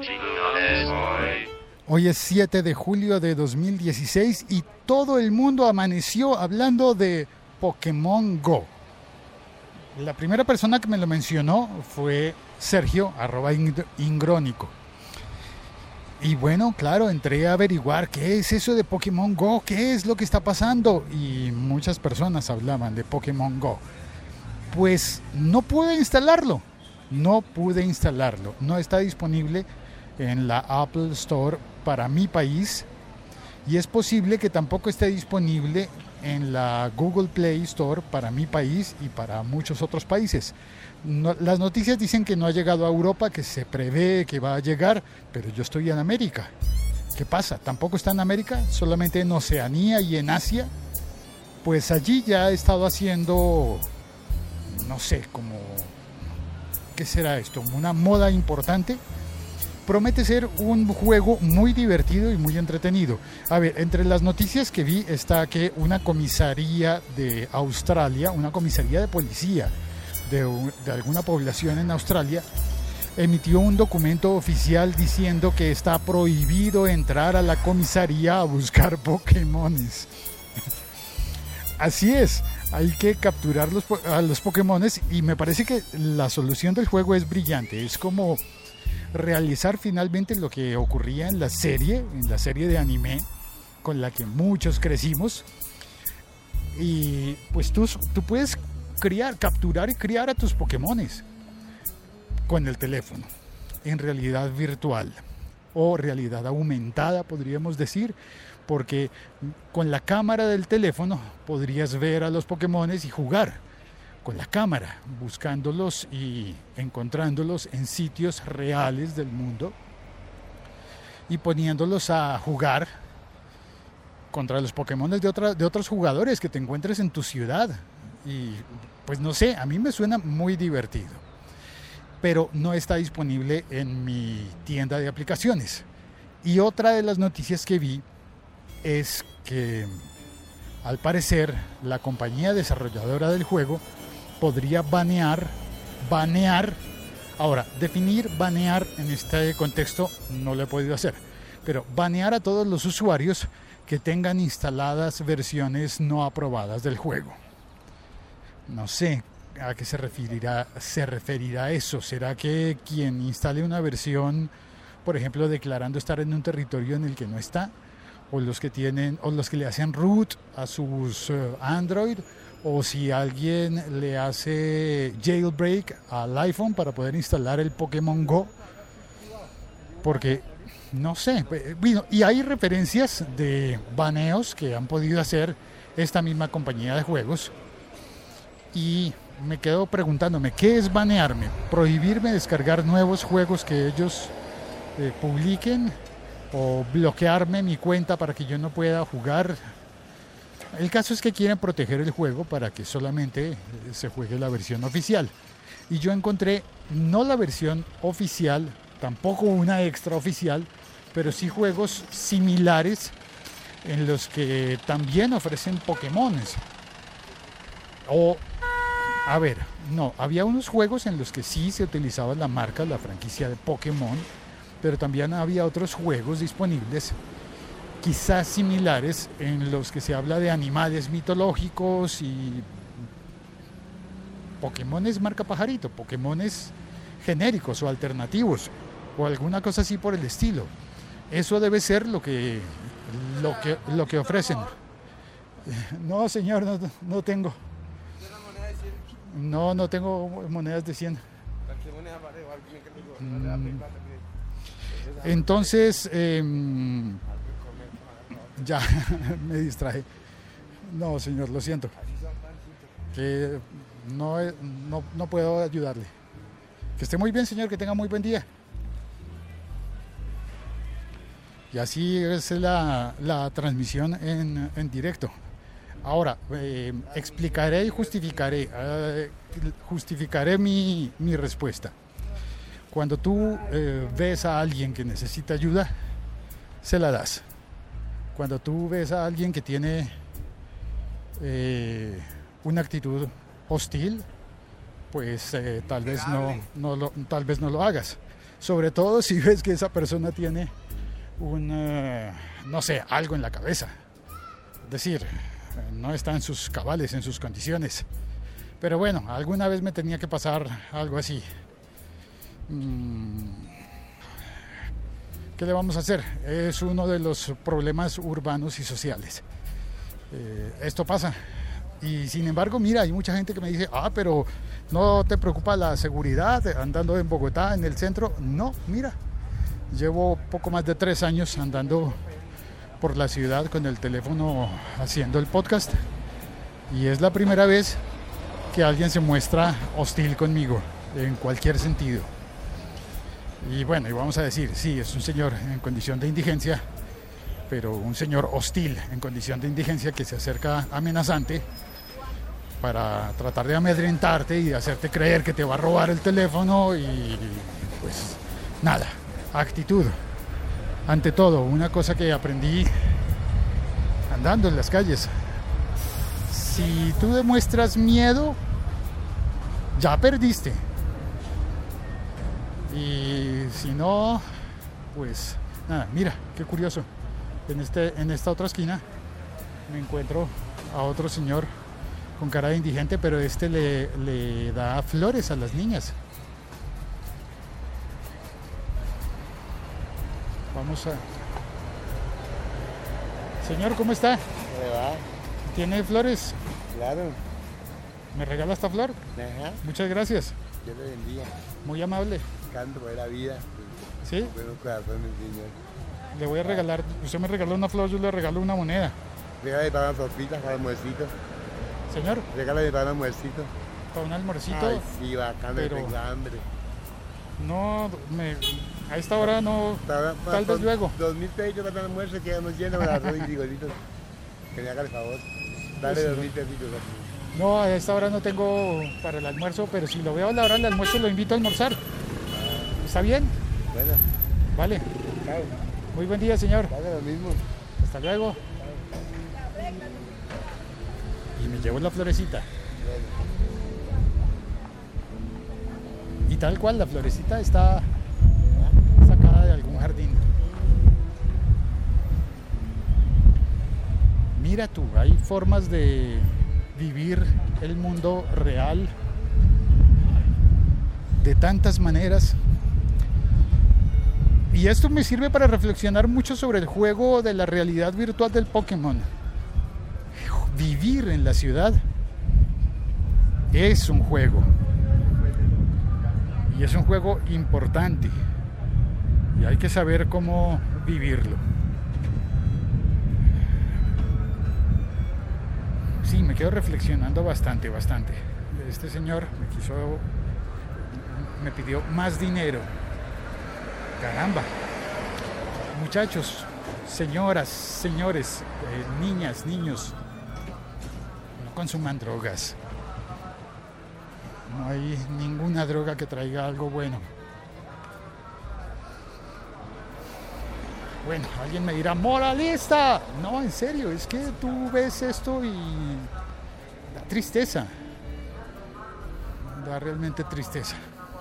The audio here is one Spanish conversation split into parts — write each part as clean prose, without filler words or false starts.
Hoy es 7 de julio de 2016 y todo el mundo amaneció hablando de Pokémon Go. La primera persona que me lo mencionó fue Sergio, @ingrónico. Y bueno, claro, entré a averiguar qué es eso de Pokémon Go, qué es lo que está pasando. Y muchas personas hablaban de Pokémon Go. Pues no pude instalarlo. No está disponible en la Apple Store para mi país. Y es posible que tampoco esté disponible en la Google Play Store para mi país y para muchos otros países. Las noticias dicen que no ha llegado a Europa, que se prevé que va a llegar, pero yo estoy en América. ¿Qué pasa? ¿Tampoco está en América? ¿Solamente en Oceanía y en Asia? Pues allí ya he estado haciendo, no sé, como, ¿qué será esto? Una moda importante. Promete ser un juego muy divertido y muy entretenido. A ver, entre las noticias que vi está que una comisaría de Australia, una comisaría de policía de alguna población en Australia, emitió un documento oficial diciendo que está prohibido entrar a la comisaría a buscar Pokémones. Así es, hay que capturar a los Pokémones y me parece que la solución del juego es brillante. Es como realizar finalmente lo que ocurría en la serie de anime con la que muchos crecimos. Y pues tú puedes capturar y criar a tus Pokémones con el teléfono, en realidad virtual o realidad aumentada, podríamos decir, porque con la cámara del teléfono podrías ver a los Pokémones y jugar con la cámara, buscándolos y encontrándolos en sitios reales del mundo y poniéndolos a jugar contra los Pokémones de otros jugadores que te encuentres en tu ciudad. Y pues no sé, a mí me suena muy divertido, pero no está disponible en mi tienda de aplicaciones. Y otra de las noticias que vi es que al parecer la compañía desarrolladora del juego podría banear. Ahora, definir banear en este contexto no lo he podido hacer, pero banear a todos los usuarios que tengan instaladas versiones no aprobadas del juego. No sé a qué se referirá eso. ¿Será que quien instale una versión, por ejemplo, declarando estar en un territorio en el que no está, o los que le hacen root a sus Android, o si alguien le hace jailbreak al iPhone para poder instalar el Pokémon Go? Porque no sé, bueno, y hay referencias de baneos que han podido hacer esta misma compañía de juegos. Y me quedo preguntándome, ¿qué es banearme? ¿Prohibirme descargar nuevos juegos que ellos publiquen? ¿O bloquearme mi cuenta para que yo no pueda jugar? El caso es que quieren proteger el juego para que solamente se juegue la versión oficial. Y yo encontré no la versión oficial, tampoco una extra oficial, pero sí juegos similares en los que también ofrecen Pokémones. Había unos juegos en los que sí se utilizaba la franquicia de Pokémon, pero también había otros juegos disponibles, quizás similares, en los que se habla de animales mitológicos y Pokémones marca pajarito, Pokémones genéricos o alternativos, o alguna cosa así por el estilo. Eso debe ser lo que ofrecen. No, señor, no tengo. No tengo monedas de 100. Entonces, ya me distraje. No, señor, lo siento. Que no puedo ayudarle. Que esté muy bien, señor, que tenga muy buen día. Y así es la transmisión en directo. Ahora, explicaré y justificaré mi respuesta. Cuando tú ves a alguien que necesita ayuda, se la das. Cuando tú ves a alguien que tiene una actitud hostil, pues tal vez no lo hagas. Sobre todo si ves que esa persona tiene no sé, algo en la cabeza. Es decir, no está en sus cabales, en sus condiciones. Pero bueno, alguna vez me tenía que pasar algo así. ¿Qué le vamos a hacer? Es uno de los problemas urbanos y sociales. Esto pasa. Y sin embargo, mira, hay mucha gente que me dice, pero ¿no te preocupa la seguridad andando en Bogotá, en el centro? No, mira, llevo poco más de 3 años andando por la ciudad con el teléfono haciendo el podcast. Y es la primera vez que alguien se muestra hostil conmigo, en cualquier sentido. Y bueno, y vamos a decir, sí, es un señor en condición de indigencia, pero un señor hostil en condición de indigencia que se acerca amenazante para tratar de amedrentarte y de hacerte creer que te va a robar el teléfono. Y pues nada, actitud ante todo. Una cosa que aprendí andando en las calles: si tú demuestras miedo, ya perdiste. Y si no, pues nada, mira, qué curioso. En esta otra esquina me encuentro a otro señor con cara de indigente, pero le da flores a las niñas. Vamos a... Señor, ¿cómo está? ¿Cómo le va? ¿Tiene flores? Claro. ¿Me regala esta flor? Ajá. Muchas gracias. Yo le bendiga. Muy amable. Canto por la vida. ¿Sí? Buenos corazones, señor. Le voy a regalar, usted me regaló una flor, yo le regalo una moneda. Regálame para una tortita, para un almuercito. Señor, Regálame para un almuercito. para un almuercito. Ay, sí, bacán, pero- tengo hambre. No, a esta hora no, tal vez luego. 2.000 pesitos para el almuerzo, quedamos llenos con arroz y frijolitos. Que me haga el favor. Dale Sí, 2.000 pesitos. No, a esta hora no tengo para el almuerzo, pero si lo veo a la hora del almuerzo lo invito a almorzar. ¿Está bien? Bueno, Vale. chao. Muy buen día, señor. Dale lo mismo. Hasta luego. Y me llevo la florecita. Y tal cual, la florecita está sacada de algún jardín. Mira tú, hay formas de vivir el mundo real de tantas maneras. Y esto me sirve para reflexionar mucho sobre el juego de la realidad virtual del Pokémon. Vivir en la ciudad es un juego. Y es un juego importante. Y hay que saber cómo vivirlo. Sí, me quedo reflexionando bastante. Este señor me pidió más dinero. Caramba. Muchachos, señoras, señores, niñas, niños, no consuman drogas. No hay ninguna droga que traiga algo bueno. Bueno, alguien me dirá, ¡moralista! No, en serio, es que tú ves esto y da tristeza. Da realmente tristeza.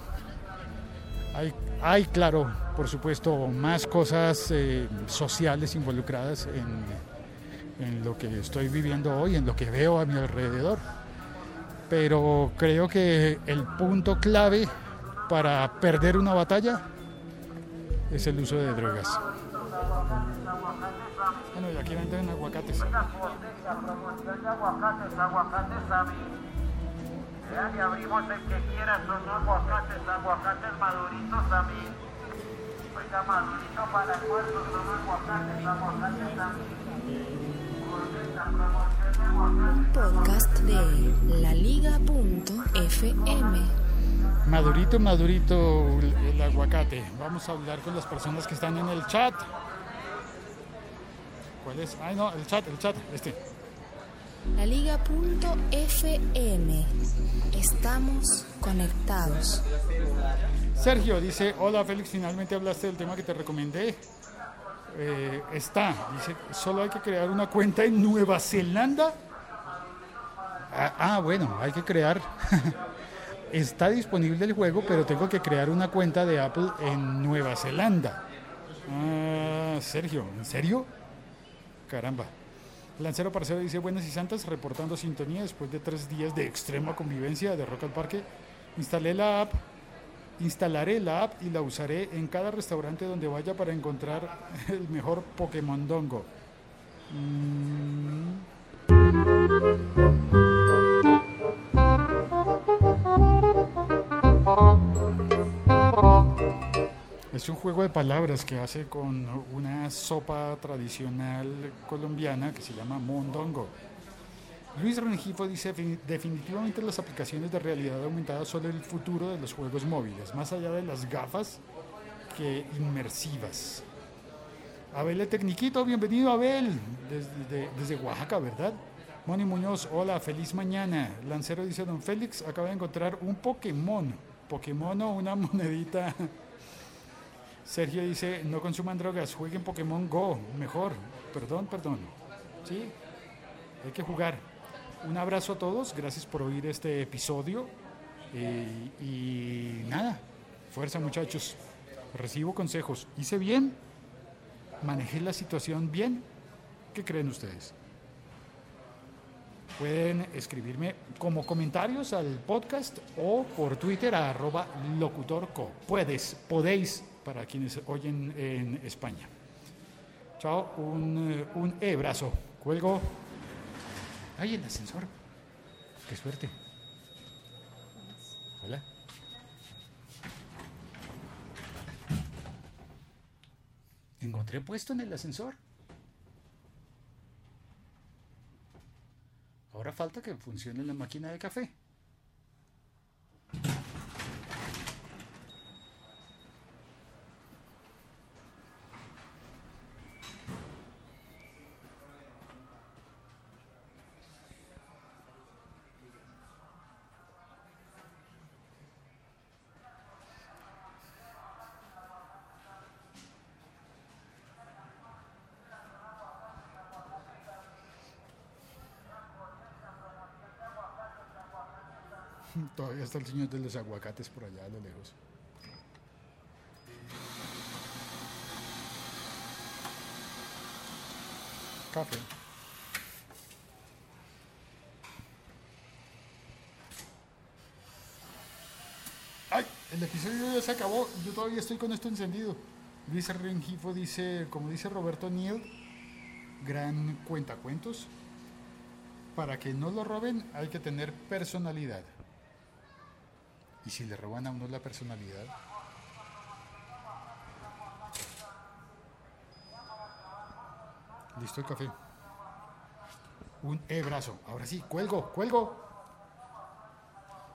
Hay, claro, por supuesto, más cosas sociales involucradas en lo que estoy viviendo hoy, en lo que veo a mi alrededor. Pero creo que el punto clave para perder una batalla es el uso de drogas. Bueno, y aquí venden aguacates. Ya le abrimos el que quiera, son aguacates maduritos también. Oiga, madurito para almuerzo, son aguacates también. Podcast de laliga.fm. Madurito el aguacate. Vamos a hablar con las personas que están en el chat. ¿Cuál es? Ay, no, el chat, Laliga.fm. Estamos conectados. Sergio dice, hola Félix, finalmente hablaste del tema que te recomendé. Dice, solo hay que crear una cuenta en Nueva Zelanda. Bueno, hay que crear está disponible el juego, pero tengo que crear una cuenta de Apple en Nueva Zelanda. Sergio, ¿en serio? Caramba. Lancero Parcero dice: buenas y santas, reportando sintonía después de 3 días de extrema convivencia de Rock al Parque. Instalaré la app y la usaré en cada restaurante donde vaya para encontrar el mejor Pokémon Dongo. Es un juego de palabras que hace con una sopa tradicional colombiana que se llama mondongo. Luis Rengifo dice: definitivamente las aplicaciones de realidad aumentada son el futuro de los juegos móviles, más allá de las gafas que inmersivas. Abel Tecniquito, bienvenido Abel, desde Oaxaca, ¿verdad? Moni Muñoz, hola, feliz mañana. Lancero dice: don Félix acaba de encontrar un Pokémon o una monedita. Sergio dice: no consuman drogas, jueguen Pokémon Go, mejor. Perdón. Sí, hay que jugar. Un abrazo a todos, gracias por oír este episodio. Y nada, fuerza muchachos. Recibo consejos. ¿Hice bien? ¿Manejé la situación bien? ¿Qué creen ustedes? Pueden escribirme como comentarios al podcast o por Twitter a @locutorco. Podéis, para quienes oyen en España. Chao, un abrazo. Cuelgo. ¡Ay, el ascensor! ¡Qué suerte! Hola. Encontré puesto en el ascensor. Ahora falta que funcione la máquina de café. Todavía está el señor de los aguacates por allá a lo lejos. Café. ¡Ay! El episodio ya se acabó. Yo todavía estoy con esto encendido. Luis Rengifo dice, como dice Roberto Neal, gran cuentacuentos. Para que no lo roben hay que tener personalidad. Y si le roban a uno la personalidad. Listo el café. Un abrazo. Ahora sí, cuelgo.